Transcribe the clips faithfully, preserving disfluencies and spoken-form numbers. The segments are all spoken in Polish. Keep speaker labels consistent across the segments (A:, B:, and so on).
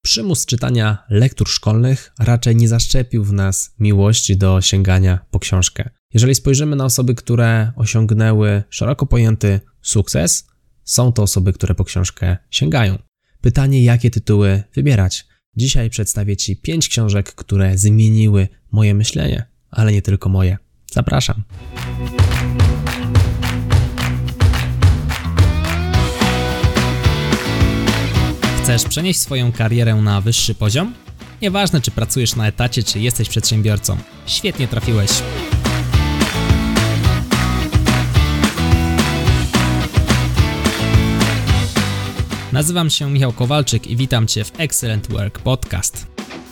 A: Przymus czytania lektur szkolnych raczej nie zaszczepił w nas miłości do sięgania po książkę. Jeżeli spojrzymy na osoby, które osiągnęły szeroko pojęty sukces, są to osoby, które po książkę sięgają. Pytanie, jakie tytuły wybierać? Dzisiaj przedstawię Ci pięć książek, które zmieniły moje myślenie, ale nie tylko moje. Zapraszam. Chcesz przenieść swoją karierę na wyższy poziom? Nieważne, czy pracujesz na etacie, czy jesteś przedsiębiorcą. Świetnie trafiłeś. Nazywam się Michał Kowalczyk i witam Cię w Excellent Work Podcast.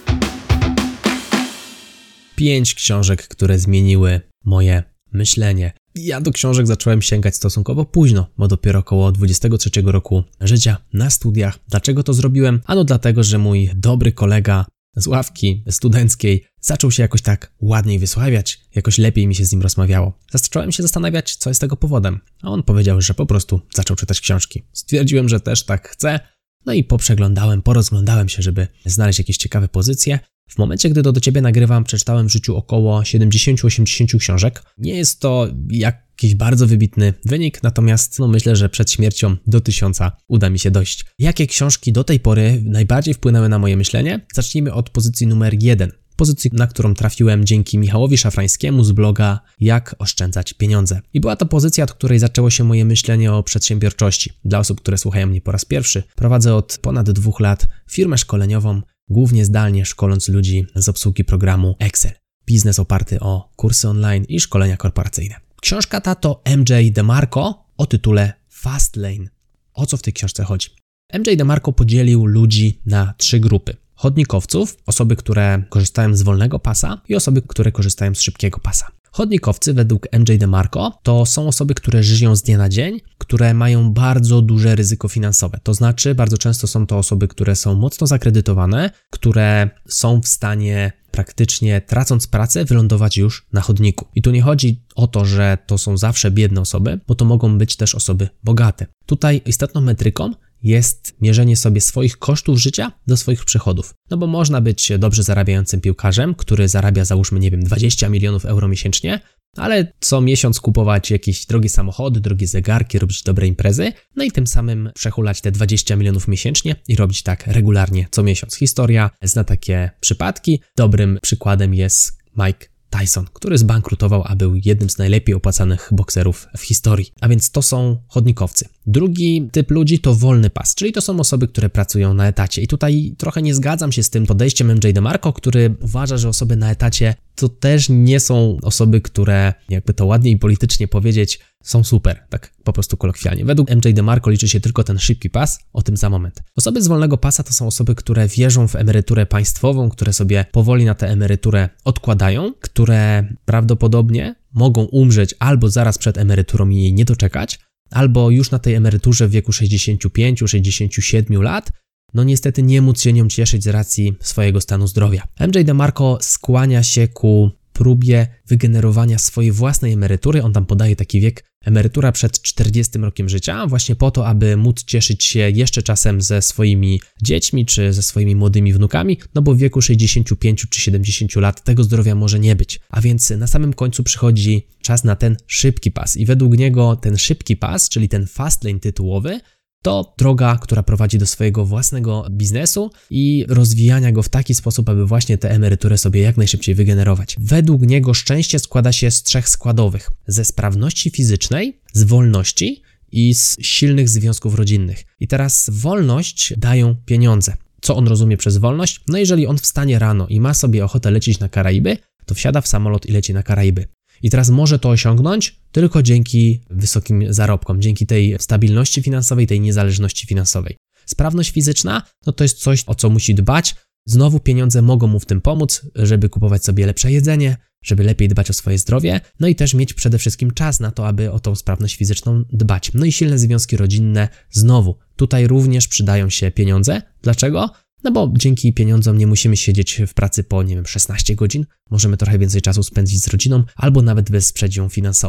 A: Pięć książek, które zmieniły moje myślenie. Ja do książek zacząłem sięgać stosunkowo późno, bo dopiero około dwudziestego trzeciego roku życia na studiach. Dlaczego to zrobiłem? Ano dlatego, że mój dobry kolega z ławki studenckiej zaczął się jakoś tak ładniej wysławiać, jakoś lepiej mi się z nim rozmawiało. Zacząłem się zastanawiać, co jest tego powodem, a on powiedział, że po prostu zaczął czytać książki. Stwierdziłem, że też tak chcę, no i poprzeglądałem, porozglądałem się, żeby znaleźć jakieś ciekawe pozycje. W momencie, gdy to do Ciebie nagrywam, przeczytałem w życiu około siedemdziesiąt do osiemdziesięciu książek. Nie jest to jakiś bardzo wybitny wynik, natomiast no myślę, że przed śmiercią do tysiąca uda mi się dojść. Jakie książki do tej pory najbardziej wpłynęły na moje myślenie? Zacznijmy od pozycji numer jeden. Pozycji, na którą trafiłem dzięki Michałowi Szafrańskiemu z bloga Jak oszczędzać pieniądze. I była to pozycja, od której zaczęło się moje myślenie o przedsiębiorczości. Dla osób, które słuchają mnie po raz pierwszy, prowadzę od ponad dwóch lat firmę szkoleniową, głównie zdalnie szkoląc ludzi z obsługi programu Excel. Biznes oparty o kursy online i szkolenia korporacyjne. Książka ta to M J DeMarco o tytule Fastlane. O co w tej książce chodzi? M J DeMarco podzielił ludzi na trzy grupy. Chodnikowców, osoby, które korzystają z wolnego pasa i osoby, które korzystają z szybkiego pasa. Chodnikowcy według M J DeMarco to są osoby, które żyją z dnia na dzień, które mają bardzo duże ryzyko finansowe. To znaczy bardzo często są to osoby, które są mocno zakredytowane, które są w stanie praktycznie tracąc pracę wylądować już na chodniku. I tu nie chodzi o to, że to są zawsze biedne osoby, bo to mogą być też osoby bogate. Tutaj istotną metryką jest mierzenie sobie swoich kosztów życia do swoich przychodów. No bo można być dobrze zarabiającym piłkarzem, który zarabia załóżmy, nie wiem, dwadzieścia milionów euro miesięcznie, ale co miesiąc kupować jakieś drogie samochody, drogie zegarki, robić dobre imprezy, no i tym samym przehulać te dwadzieścia milionów miesięcznie i robić tak regularnie co miesiąc. Historia zna takie przypadki. Dobrym przykładem jest Mike Tyson, który zbankrutował, a był jednym z najlepiej opłacanych bokserów w historii. A więc to są chodnikowcy. Drugi typ ludzi to wolny pas, czyli to są osoby, które pracują na etacie. I tutaj trochę nie zgadzam się z tym podejściem M J DeMarco, który uważa, że osoby na etacie to też nie są osoby, które, jakby to ładniej politycznie powiedzieć, są super, tak po prostu kolokwialnie. Według M J DeMarco liczy się tylko ten szybki pas, o tym za moment. Osoby z wolnego pasa to są osoby, które wierzą w emeryturę państwową, które sobie powoli na tę emeryturę odkładają, które prawdopodobnie mogą umrzeć albo zaraz przed emeryturą i jej nie doczekać, albo już na tej emeryturze w wieku sześćdziesięciu pięciu, sześćdziesięciu siedmiu lat, no niestety nie móc się nią cieszyć z racji swojego stanu zdrowia. M J DeMarco skłania się ku próbie wygenerowania swojej własnej emerytury. On tam podaje taki wiek, emerytura przed czterdziestym rokiem życia, właśnie po to, aby móc cieszyć się jeszcze czasem ze swoimi dziećmi, czy ze swoimi młodymi wnukami, no bo w wieku sześćdziesięciu pięciu czy siedemdziesięciu lat tego zdrowia może nie być. A więc na samym końcu przychodzi czas na ten szybki pas i według niego ten szybki pas, czyli ten fastlane tytułowy, to droga, która prowadzi do swojego własnego biznesu i rozwijania go w taki sposób, aby właśnie tę emeryturę sobie jak najszybciej wygenerować. Według niego szczęście składa się z trzech składowych. Ze sprawności fizycznej, z wolności i z silnych związków rodzinnych. I teraz wolność dają pieniądze. Co on rozumie przez wolność? No jeżeli on wstanie rano i ma sobie ochotę lecieć na Karaiby, to wsiada w samolot i leci na Karaiby. I teraz może to osiągnąć tylko dzięki wysokim zarobkom, dzięki tej stabilności finansowej, tej niezależności finansowej. Sprawność fizyczna, no to jest coś, o co musi dbać. Znowu pieniądze mogą mu w tym pomóc, żeby kupować sobie lepsze jedzenie, żeby lepiej dbać o swoje zdrowie, no i też mieć przede wszystkim czas na to, aby o tą sprawność fizyczną dbać. No i silne związki rodzinne, znowu, tutaj również przydają się pieniądze. Dlaczego? No bo dzięki pieniądzom nie musimy siedzieć w pracy po, nie wiem, szesnaście godzin, możemy trochę więcej czasu spędzić z rodziną, albo nawet wesprzeć ją finansowo.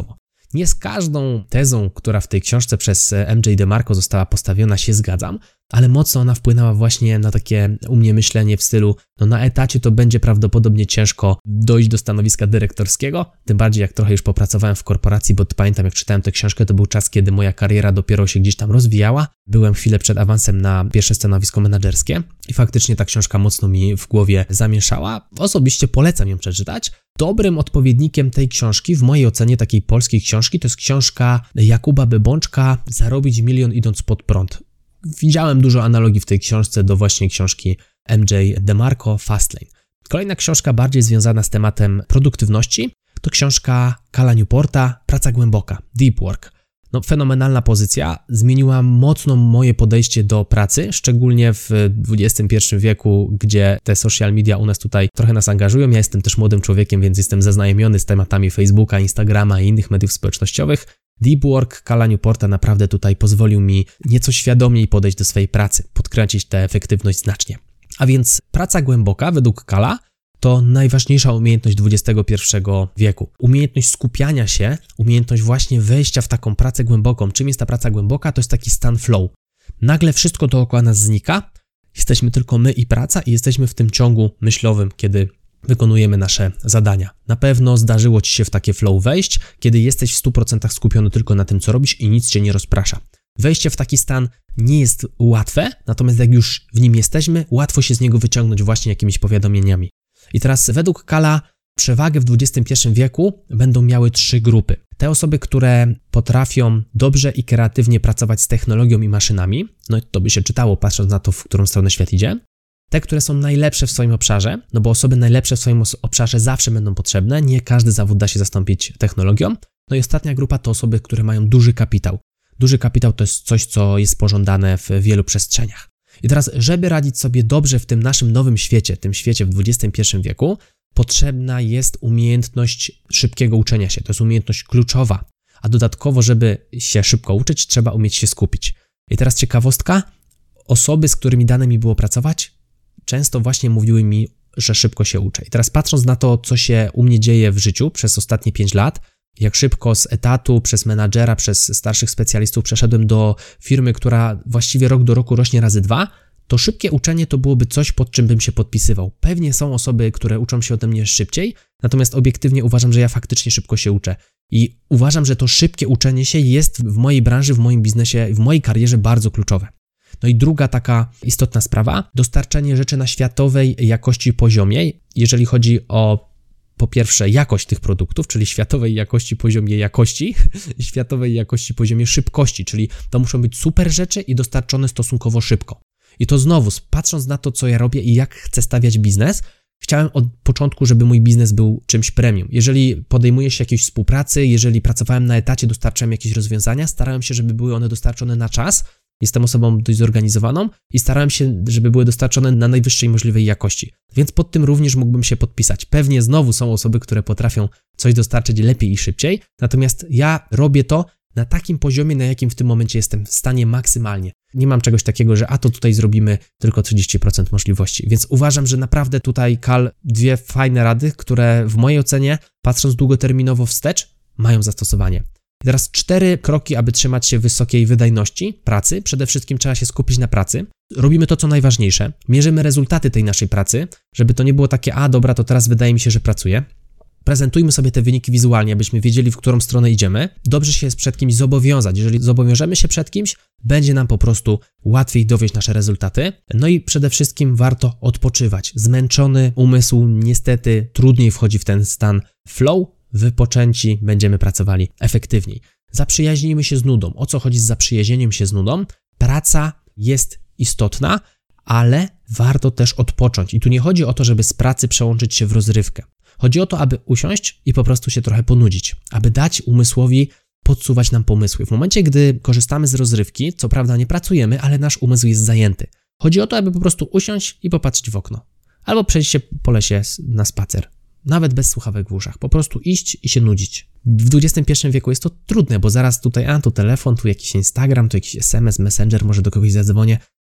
A: nie z każdą tezą, która w tej książce przez M J DeMarco została postawiona, się zgadzam, ale mocno ona wpłynęła właśnie na takie u mnie myślenie w stylu, no na etacie to będzie prawdopodobnie ciężko dojść do stanowiska dyrektorskiego, tym bardziej jak trochę już popracowałem w korporacji, bo pamiętam jak czytałem tę książkę, to był czas, kiedy moja kariera dopiero się gdzieś tam rozwijała, byłem chwilę przed awansem na pierwsze stanowisko menedżerskie i faktycznie ta książka mocno mi w głowie zamieszała. Osobiście polecam ją przeczytać. Dobrym odpowiednikiem tej książki, w mojej ocenie takiej polskiej książki, to jest książka Jakuba Bebączka Zarobić milion idąc pod prąd. Widziałem dużo analogii w tej książce do właśnie książki M J DeMarco Fastlane. Kolejna książka bardziej związana z tematem produktywności to książka Cala Newporta Praca głęboka, Deep Work. No, fenomenalna pozycja, zmieniła mocno moje podejście do pracy, szczególnie w dwudziestym pierwszym wieku, gdzie te social media u nas tutaj trochę nas angażują. Ja jestem też młodym człowiekiem, więc jestem zaznajomiony z tematami Facebooka, Instagrama i innych mediów społecznościowych. Deep Work Cala Newporta naprawdę tutaj pozwolił mi nieco świadomiej podejść do swojej pracy, podkręcić tę efektywność znacznie. A więc praca głęboka według Cala to najważniejsza umiejętność dwudziestego pierwszego wieku. Umiejętność skupiania się, umiejętność właśnie wejścia w taką pracę głęboką. Czym jest ta praca głęboka? To jest taki stan flow. Nagle wszystko dookoła nas znika, jesteśmy tylko my i praca i jesteśmy w tym ciągu myślowym, kiedy wykonujemy nasze zadania. Na pewno zdarzyło Ci się w takie flow wejść, kiedy jesteś w stu procentach skupiony tylko na tym, co robisz i nic Cię nie rozprasza. Wejście w taki stan nie jest łatwe, natomiast jak już w nim jesteśmy, łatwo się z niego wyciągnąć właśnie jakimiś powiadomieniami. I teraz według Cala przewagę w dwudziestym pierwszym wieku będą miały trzy grupy. Te osoby, które potrafią dobrze i kreatywnie pracować z technologią i maszynami, no to by się czytało patrząc na to, w którą stronę świat idzie. Te, które są najlepsze w swoim obszarze, no bo osoby najlepsze w swoim obszarze zawsze będą potrzebne, nie każdy zawód da się zastąpić technologią. No i ostatnia grupa to osoby, które mają duży kapitał. Duży kapitał to jest coś, co jest pożądane w wielu przestrzeniach. I teraz, żeby radzić sobie dobrze w tym naszym nowym świecie, tym świecie w dwudziestym pierwszym wieku, potrzebna jest umiejętność szybkiego uczenia się. To jest umiejętność kluczowa. A dodatkowo, żeby się szybko uczyć, trzeba umieć się skupić. I teraz ciekawostka. Osoby, z którymi dane mi było pracować, często właśnie mówiły mi, że szybko się uczę. I teraz patrząc na to, co się u mnie dzieje w życiu przez ostatnie pięć lat, jak szybko z etatu, przez menadżera, przez starszych specjalistów przeszedłem do firmy, która właściwie rok do roku rośnie razy dwa, to szybkie uczenie to byłoby coś, pod czym bym się podpisywał. Pewnie są osoby, które uczą się ode mnie szybciej, natomiast obiektywnie uważam, że ja faktycznie szybko się uczę. I uważam, że to szybkie uczenie się jest w mojej branży, w moim biznesie, w mojej karierze bardzo kluczowe. No i druga taka istotna sprawa, dostarczanie rzeczy na światowej jakości poziomie, jeżeli chodzi o po pierwsze jakość tych produktów, czyli światowej jakości poziomie jakości, światowej jakości poziomie szybkości, czyli to muszą być super rzeczy i dostarczone stosunkowo szybko. I to znowu, patrząc na to, co ja robię i jak chcę stawiać biznes, chciałem od początku, żeby mój biznes był czymś premium. Jeżeli podejmuję się jakiejś współpracy, jeżeli pracowałem na etacie, dostarczałem jakieś rozwiązania, starałem się, żeby były one dostarczone na czas. Jestem osobą dość zorganizowaną i starałem się, żeby były dostarczone na najwyższej możliwej jakości. Więc pod tym również mógłbym się podpisać. Pewnie znowu są osoby, które potrafią coś dostarczyć lepiej i szybciej, natomiast ja robię to na takim poziomie, na jakim w tym momencie jestem w stanie maksymalnie. Nie mam czegoś takiego, że a to tutaj zrobimy tylko trzydzieści procent możliwości. Więc uważam, że naprawdę tutaj Cal dwie fajne rady, które w mojej ocenie, patrząc długoterminowo wstecz, mają zastosowanie. I teraz cztery kroki, aby trzymać się wysokiej wydajności pracy. Przede wszystkim trzeba się skupić na pracy. Robimy to, co najważniejsze. Mierzymy rezultaty tej naszej pracy, żeby to nie było takie, a dobra, to teraz wydaje mi się, że pracuję. Prezentujmy sobie te wyniki wizualnie, abyśmy wiedzieli, w którą stronę idziemy. Dobrze się jest przed kimś zobowiązać. Jeżeli zobowiążemy się przed kimś, będzie nam po prostu łatwiej dowieść nasze rezultaty. No i przede wszystkim warto odpoczywać. Zmęczony umysł niestety trudniej wchodzi w ten stan flow. Wypoczęci będziemy pracowali efektywniej. Zaprzyjaźnijmy się z nudą. O co chodzi z zaprzyjaźnieniem się z nudą? Praca jest istotna, ale warto też odpocząć. I tu nie chodzi o to, żeby z pracy przełączyć się w rozrywkę. Chodzi o to, aby usiąść i po prostu się trochę ponudzić, aby dać umysłowi podsuwać nam pomysły. W momencie, gdy korzystamy z rozrywki, co prawda nie pracujemy, ale nasz umysł jest zajęty. Chodzi o to, aby po prostu usiąść i popatrzeć w okno. Albo przejść się po lesie na spacer. Nawet bez słuchawek w uszach. Po prostu iść i się nudzić. W dwudziestym pierwszym wieku jest to trudne, bo zaraz tutaj, a tu telefon, tu jakiś Instagram, tu jakiś S M S, Messenger, może do kogoś zadzwonię.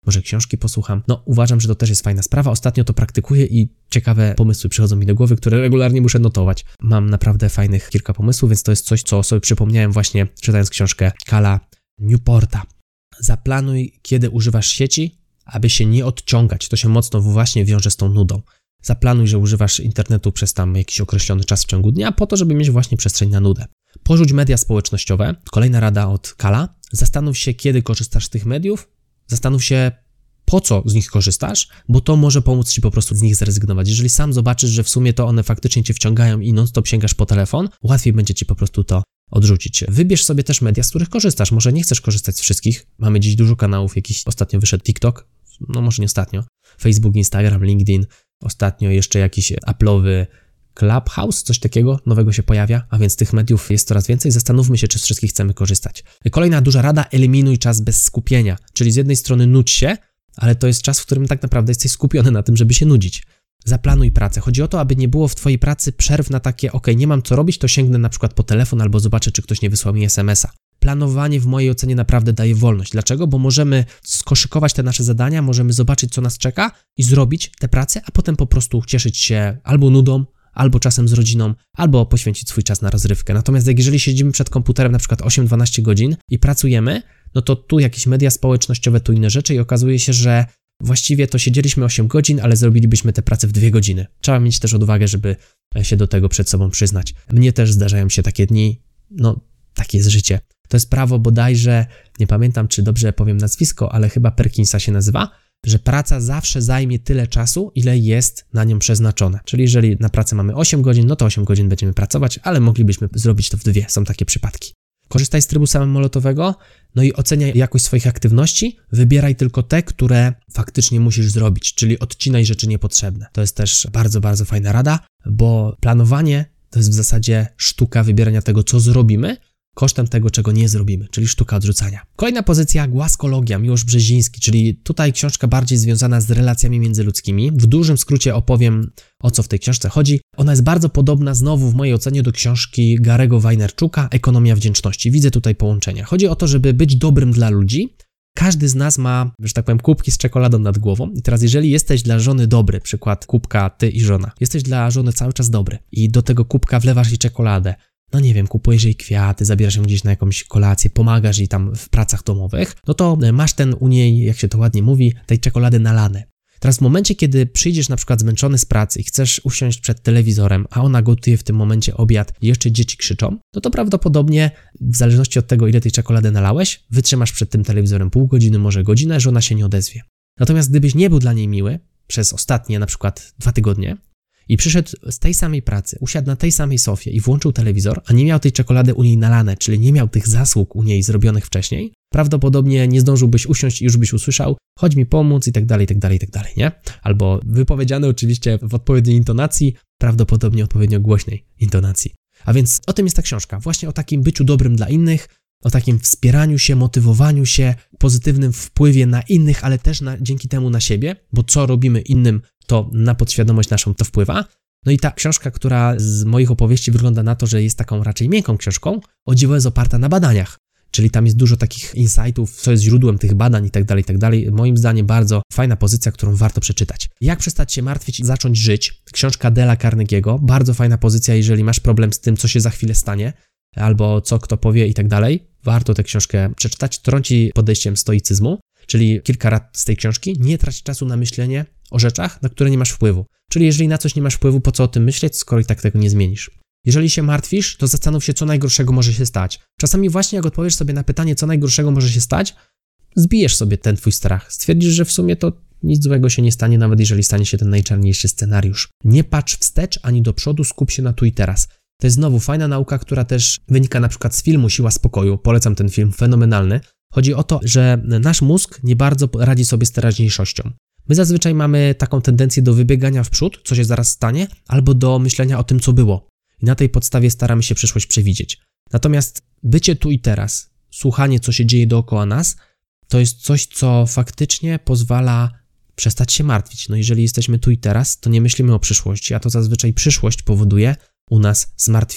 A: może książki posłucham. No uważam, że to też jest fajna sprawa. Ostatnio to praktykuję i ciekawe pomysły przychodzą mi do głowy, które regularnie muszę notować. Mam naprawdę fajnych kilka pomysłów, więc to jest coś, co sobie przypomniałem właśnie czytając książkę Cala Newporta. Zaplanuj, kiedy używasz sieci, aby się nie odciągać. To się mocno właśnie wiąże z tą nudą. Zaplanuj, że używasz internetu przez tam jakiś określony czas w ciągu dnia po to, żeby mieć właśnie przestrzeń na nudę. Porzuć media społecznościowe. Kolejna rada od Cala. Zastanów się, kiedy korzystasz z tych mediów. Zastanów się, po co z nich korzystasz, bo to może pomóc Ci po prostu z nich zrezygnować. Jeżeli sam zobaczysz, że w sumie to one faktycznie Cię wciągają i non-stop sięgasz po telefon, łatwiej będzie Ci po prostu to odrzucić. Wybierz sobie też media, z których korzystasz. Może nie chcesz korzystać z wszystkich. Mamy dziś dużo kanałów, jakiś ostatnio wyszedł TikTok, no może nie ostatnio, Facebook, Instagram, LinkedIn, ostatnio jeszcze jakiś Apple'owy Clubhouse, coś takiego nowego się pojawia, a więc tych mediów jest coraz więcej. Zastanówmy się, czy z wszystkich chcemy korzystać. Kolejna duża rada, eliminuj czas bez skupienia, czyli z jednej strony nudź się, ale to jest czas, w którym tak naprawdę jesteś skupiony na tym, żeby się nudzić. Zaplanuj pracę. Chodzi o to, aby nie było w Twojej pracy przerw na takie, ok, nie mam co robić, to sięgnę na przykład po telefon albo zobaczę, czy ktoś nie wysłał mi es em es a. Planowanie w mojej ocenie naprawdę daje wolność. Dlaczego? Bo możemy skoszykować te nasze zadania, możemy zobaczyć, co nas czeka i zrobić tę pracę, a potem po prostu cieszyć się albo nudą, albo czasem z rodziną, albo poświęcić swój czas na rozrywkę. Natomiast jak jeżeli siedzimy przed komputerem na przykład osiem dwanaście godzin i pracujemy, no to tu jakieś media społecznościowe, tu inne rzeczy i okazuje się, że właściwie to siedzieliśmy osiem godzin, ale zrobilibyśmy tę pracę w dwie godziny. Trzeba mieć też odwagę, żeby się do tego przed sobą przyznać. Mnie też zdarzają się takie dni, no takie jest życie. To jest prawo bodajże, nie pamiętam czy dobrze powiem nazwisko, ale chyba Perkinsa się nazywa, że praca zawsze zajmie tyle czasu, ile jest na nią przeznaczone. Czyli jeżeli na pracę mamy osiem godzin, no to osiem godzin będziemy pracować, ale moglibyśmy zrobić to w dwie. Są takie przypadki. Korzystaj z trybu samolotowego, no i oceniaj jakość swoich aktywności. Wybieraj tylko te, które faktycznie musisz zrobić, czyli odcinaj rzeczy niepotrzebne. To jest też bardzo, bardzo fajna rada, bo planowanie to jest w zasadzie sztuka wybierania tego, co zrobimy, kosztem tego, czego nie zrobimy, czyli sztuka odrzucania. Kolejna pozycja, Głaskologia, Miłosz Brzeziński, czyli tutaj książka bardziej związana z relacjami międzyludzkimi. W dużym skrócie opowiem, o co w tej książce chodzi. Ona jest bardzo podobna znowu w mojej ocenie do książki Gary'ego Vaynerchuka, Ekonomia Wdzięczności. Widzę tutaj połączenia. Chodzi o to, żeby być dobrym dla ludzi. Każdy z nas ma, że tak powiem, kubki z czekoladą nad głową i teraz jeżeli jesteś dla żony dobry, przykład kubka ty i żona, jesteś dla żony cały czas dobry i do tego kubka wlewasz jej czekoladę, no nie wiem, kupujesz jej kwiaty, zabierasz ją gdzieś na jakąś kolację, pomagasz jej tam w pracach domowych, no to masz ten u niej, jak się to ładnie mówi, tej czekolady nalane. Teraz w momencie, kiedy przyjdziesz na przykład zmęczony z pracy i chcesz usiąść przed telewizorem, a ona gotuje w tym momencie obiad i jeszcze dzieci krzyczą, no to prawdopodobnie w zależności od tego, ile tej czekolady nalałeś, wytrzymasz przed tym telewizorem pół godziny, może godzinę, że ona się nie odezwie. Natomiast gdybyś nie był dla niej miły przez ostatnie na przykład dwa tygodnie, i przyszedł z tej samej pracy, usiadł na tej samej sofie i włączył telewizor, a nie miał tej czekolady u niej nalane, czyli nie miał tych zasług u niej zrobionych wcześniej, prawdopodobnie nie zdążyłbyś usiąść i już byś usłyszał, chodź mi pomóc i tak dalej, i tak dalej, i tak dalej, nie? Albo wypowiedziane oczywiście w odpowiedniej intonacji, prawdopodobnie odpowiednio głośnej intonacji. A więc o tym jest ta książka, właśnie o takim byciu dobrym dla innych, o takim wspieraniu się, motywowaniu się, pozytywnym wpływie na innych, ale też na, dzięki temu na siebie, bo co robimy innym, to na podświadomość naszą to wpływa. No i ta książka, która z moich opowieści wygląda na to, że jest taką raczej miękką książką, o dziwo jest oparta na badaniach. Czyli tam jest dużo takich insightów, co jest źródłem tych badań i tak dalej, i tak dalej. Moim zdaniem bardzo fajna pozycja, którą warto przeczytać. Jak przestać się martwić i zacząć żyć? Książka Dale'a Carnegie'ego. Bardzo fajna pozycja, jeżeli masz problem z tym, co się za chwilę stanie, albo co kto powie i tak dalej. Warto tę książkę przeczytać. Trąci podejściem stoicyzmu, czyli kilka rad z tej książki. Nie trać czasu na myślenie o rzeczach, na które nie masz wpływu. Czyli jeżeli na coś nie masz wpływu, po co o tym myśleć, skoro i tak tego nie zmienisz. Jeżeli się martwisz, to zastanów się, co najgorszego może się stać. Czasami właśnie jak odpowiesz sobie na pytanie, co najgorszego może się stać, zbijesz sobie ten twój strach. Stwierdzisz, że w sumie to nic złego się nie stanie, nawet jeżeli stanie się ten najczarniejszy scenariusz. Nie patrz wstecz ani do przodu, skup się na tu i teraz. To jest znowu fajna nauka, która też wynika na przykład z filmu Siła Spokoju. Polecam ten film, fenomenalny. Chodzi o to, że nasz mózg nie bardzo radzi sobie z teraźniejszością. My zazwyczaj mamy taką tendencję do wybiegania w przód, co się zaraz stanie, albo do myślenia o tym, co było. I na tej podstawie staramy się przyszłość przewidzieć. Natomiast bycie tu i teraz, słuchanie, co się dzieje dookoła nas, to jest coś, co faktycznie pozwala przestać się martwić. No jeżeli jesteśmy tu i teraz, to nie myślimy o przyszłości, a to zazwyczaj przyszłość powoduje u nas zmartwienie.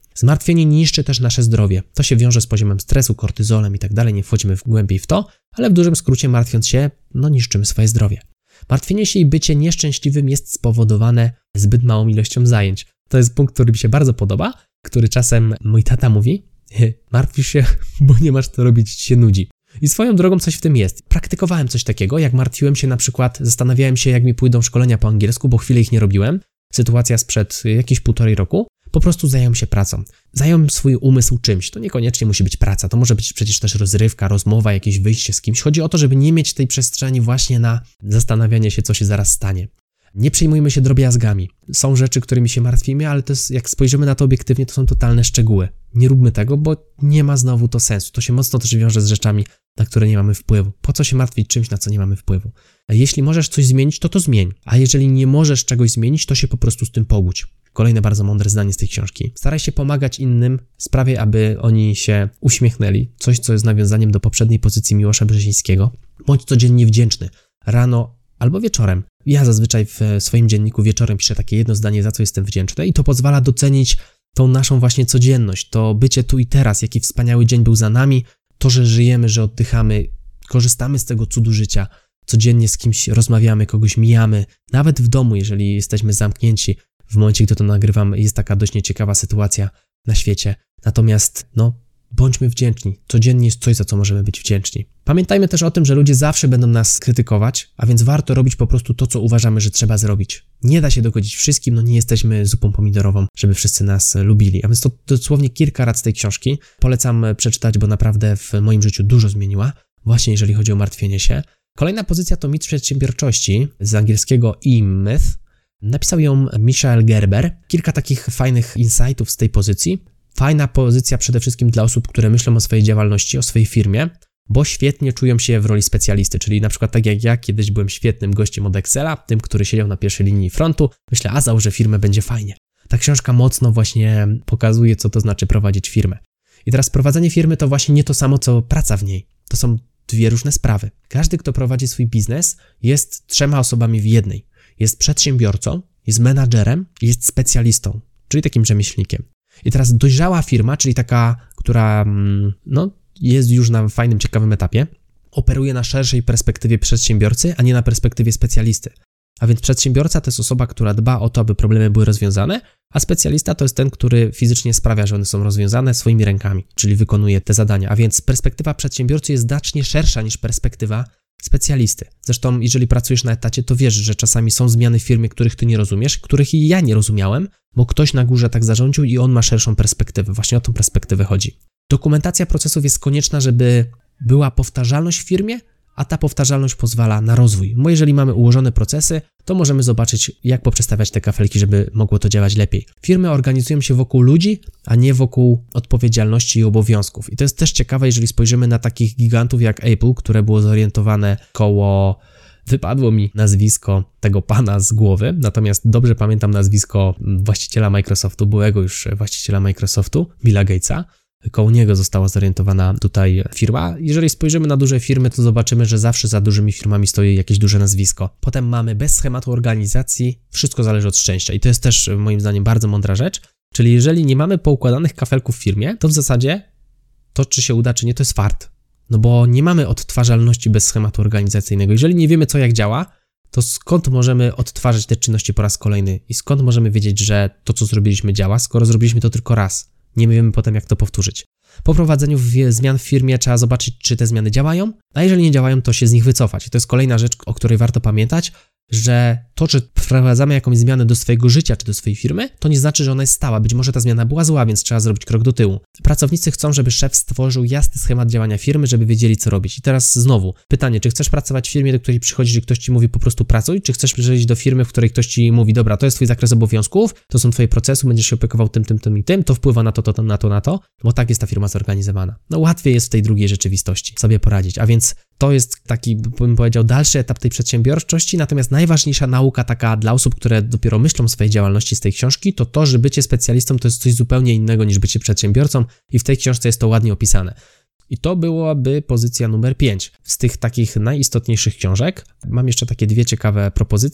A: Zmartwienie niszczy też nasze zdrowie. To się wiąże z poziomem stresu, kortyzolem i tak dalej, nie wchodzimy w głębiej w to, ale w dużym skrócie martwiąc się, no niszczymy swoje zdrowie. Martwienie się i bycie nieszczęśliwym jest spowodowane zbyt małą ilością zajęć. To jest punkt, który mi się bardzo podoba, który czasem mój tata mówi, martwisz się, bo nie masz co robić, ci się nudzi. I swoją drogą coś w tym jest. Praktykowałem coś takiego, jak martwiłem się na przykład, zastanawiałem się, jak mi pójdą szkolenia po angielsku, bo chwilę ich nie robiłem. Sytuacja sprzed jakieś półtorej roku. Po prostu zająłem się pracą. Zająłem swój umysł czymś. To niekoniecznie musi być praca, to może być przecież też rozrywka, rozmowa, jakieś wyjście z kimś. Chodzi o to, żeby nie mieć tej przestrzeni właśnie na zastanawianie się, co się zaraz stanie. Nie przejmujmy się drobiazgami. Są rzeczy, którymi się martwimy, ale to jest, jak spojrzymy na to obiektywnie, to są totalne szczegóły. Nie róbmy tego, bo nie ma znowu to sensu. To się mocno też wiąże z rzeczami, na które nie mamy wpływu. Po co się martwić czymś, na co nie mamy wpływu? A jeśli możesz coś zmienić, to to zmień. A jeżeli nie możesz czegoś zmienić, to się po prostu z tym pogódź. Kolejne bardzo mądre zdanie z tej książki. Staraj się pomagać innym, sprawiaj, aby oni się uśmiechnęli. Coś, co jest nawiązaniem do poprzedniej pozycji Miłosza Brzezińskiego. Bądź codziennie wdzięczny. Rano albo wieczorem. Ja zazwyczaj w swoim dzienniku wieczorem piszę takie jedno zdanie, za co jestem wdzięczny i to pozwala docenić tą naszą właśnie codzienność, to bycie tu i teraz, jaki wspaniały dzień był za nami, to, że żyjemy, że oddychamy, korzystamy z tego cudu życia, codziennie z kimś rozmawiamy, kogoś mijamy, nawet w domu, jeżeli jesteśmy zamknięci. W momencie, gdy to nagrywam, jest taka dość nieciekawa sytuacja na świecie. Natomiast, no, bądźmy wdzięczni. Codziennie jest coś, za co możemy być wdzięczni. Pamiętajmy też o tym, że ludzie zawsze będą nas krytykować, a więc warto robić po prostu to, co uważamy, że trzeba zrobić. Nie da się dogodzić wszystkim, no nie jesteśmy zupą pomidorową, żeby wszyscy nas lubili. A więc to dosłownie kilka rad z tej książki. Polecam przeczytać, bo naprawdę w moim życiu dużo zmieniła, właśnie jeżeli chodzi o martwienie się. Kolejna pozycja to mit przedsiębiorczości, z angielskiego E-Myth. Napisał ją Michael Gerber. Kilka takich fajnych insightów z tej pozycji. Fajna pozycja przede wszystkim dla osób, które myślą o swojej działalności, o swojej firmie, bo świetnie czują się w roli specjalisty, czyli na przykład tak jak ja kiedyś byłem świetnym gościem od Excela, tym, który siedział na pierwszej linii frontu, myślę, a założę firmę, będzie fajnie. Ta książka mocno właśnie pokazuje, co to znaczy prowadzić firmę. I teraz prowadzenie firmy to właśnie nie to samo, co praca w niej. To są dwie różne sprawy. Każdy, kto prowadzi swój biznes, jest trzema osobami w jednej. Jest przedsiębiorcą, jest menadżerem i jest specjalistą, czyli takim rzemieślnikiem. I teraz dojrzała firma, czyli taka, która no, jest już na fajnym, ciekawym etapie, operuje na szerszej perspektywie przedsiębiorcy, a nie na perspektywie specjalisty. A więc przedsiębiorca to jest osoba, która dba o to, aby problemy były rozwiązane, a specjalista to jest ten, który fizycznie sprawia, że one są rozwiązane swoimi rękami, czyli wykonuje te zadania. A więc perspektywa przedsiębiorcy jest znacznie szersza niż perspektywa specjalisty. Zresztą, jeżeli pracujesz na etacie, to wiesz, że czasami są zmiany w firmie, których ty nie rozumiesz, których i ja nie rozumiałem, bo ktoś na górze tak zarządził i on ma szerszą perspektywę. Właśnie o tą perspektywę chodzi. Dokumentacja procesów jest konieczna, żeby była powtarzalność w firmie, a ta powtarzalność pozwala na rozwój. Bo jeżeli mamy ułożone procesy, to możemy zobaczyć, jak poprzestawiać te kafelki, żeby mogło to działać lepiej. Firmy organizują się wokół ludzi, a nie wokół odpowiedzialności i obowiązków. I to jest też ciekawe, jeżeli spojrzymy na takich gigantów jak Apple, które było zorientowane koło... Wypadło mi nazwisko tego pana z głowy, natomiast dobrze pamiętam nazwisko właściciela Microsoftu, byłego już właściciela Microsoftu, Billa Gatesa. Koło niego została zorientowana tutaj firma. Jeżeli spojrzymy na duże firmy, to zobaczymy, że zawsze za dużymi firmami stoi jakieś duże nazwisko. Potem mamy bez schematu organizacji, wszystko zależy od szczęścia i to jest też moim zdaniem bardzo mądra rzecz, czyli jeżeli nie mamy poukładanych kafelków w firmie, to w zasadzie to, czy się uda, czy nie, to jest fart. No bo nie mamy odtwarzalności bez schematu organizacyjnego. Jeżeli nie wiemy, co jak działa, to skąd możemy odtwarzać te czynności po raz kolejny i skąd możemy wiedzieć, że to, co zrobiliśmy, działa, skoro zrobiliśmy to tylko raz. Nie wiemy potem, jak to powtórzyć. Po prowadzeniu zmian w firmie trzeba zobaczyć, czy te zmiany działają, a jeżeli nie działają, to się z nich wycofać. I to jest kolejna rzecz, o której warto pamiętać, że to, że wprowadzamy jakąś zmianę do swojego życia czy do swojej firmy, to nie znaczy, że ona jest stała. Być może ta zmiana była zła, więc trzeba zrobić krok do tyłu. Pracownicy chcą, żeby szef stworzył jasny schemat działania firmy, żeby wiedzieli, co robić. I teraz znowu pytanie, czy chcesz pracować w firmie, do której przychodzisz i ktoś ci mówi po prostu pracuj, czy chcesz przejść do firmy, w której ktoś ci mówi, dobra, to jest twój zakres obowiązków, to są twoje procesy, będziesz się opiekował tym, tym, tym i tym, to wpływa na to, to, to, na to, na to, bo tak jest ta firma zorganizowana. No łatwiej jest w tej drugiej rzeczywistości sobie poradzić, a więc to jest taki, bym powiedział, dalszy etap tej przedsiębiorczości, natomiast najważniejsza nauka taka dla osób, które dopiero myślą o swojej działalności z tej książki, to to, że bycie specjalistą to jest coś zupełnie innego niż bycie przedsiębiorcą i w tej książce jest to ładnie opisane. I to byłaby pozycja numer pięć z tych takich najistotniejszych książek. Mam jeszcze takie dwie ciekawe propozycje,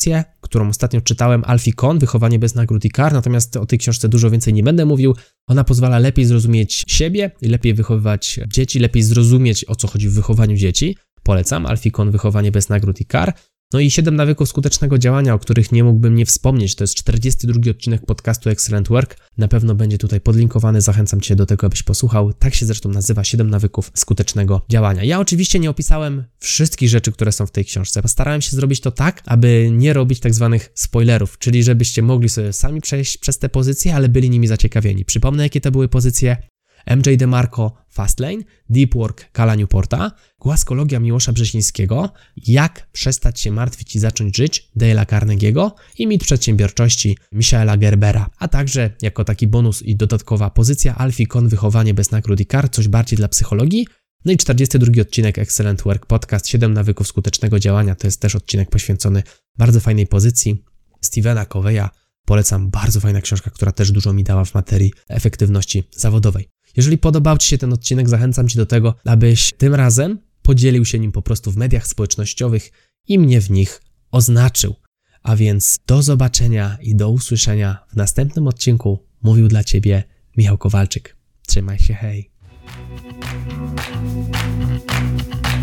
A: którą ostatnio czytałem, Alfie Kohn, Wychowanie bez nagród i kar, natomiast o tej książce dużo więcej nie będę mówił. Ona pozwala lepiej zrozumieć siebie, lepiej wychowywać dzieci, lepiej zrozumieć, o co chodzi w wychowaniu dzieci. Polecam, Alfie Kohn, Wychowanie bez nagród i kar. No i siedem nawyków skutecznego działania, o których nie mógłbym nie wspomnieć. To jest czterdziesty drugi odcinek podcastu Excellent Work. Na pewno będzie tutaj podlinkowany, zachęcam Cię do tego, abyś posłuchał. Tak się zresztą nazywa, siedem nawyków skutecznego działania. Ja oczywiście nie opisałem wszystkich rzeczy, które są w tej książce. Postarałem się zrobić to tak, aby nie robić tak zwanych spoilerów, czyli żebyście mogli sobie sami przejść przez te pozycje, ale byli nimi zaciekawieni. Przypomnę, jakie to były pozycje. M J DeMarco, Fastlane, Deep Work, Cala Newporta, Głaskologia Miłosza Brzezińskiego, Jak przestać się martwić i zacząć żyć, Dale'a Carnegie'ego i Mit przedsiębiorczości, Michaela Gerbera, a także jako taki bonus i dodatkowa pozycja Alfie Kohn, Wychowanie bez nagród i kar, coś bardziej dla psychologii. No i czterdziesty drugi odcinek Excellent Work Podcast, siedem nawyków skutecznego działania, to jest też odcinek poświęcony bardzo fajnej pozycji Stephena Coveya. Polecam, bardzo fajna książka, która też dużo mi dała w materii efektywności zawodowej. Jeżeli podobał Ci się ten odcinek, zachęcam Cię do tego, abyś tym razem podzielił się nim po prostu w mediach społecznościowych i mnie w nich oznaczył. A więc do zobaczenia i do usłyszenia w następnym odcinku. Mówił dla Ciebie Michał Kowalczyk. Trzymaj się, hej!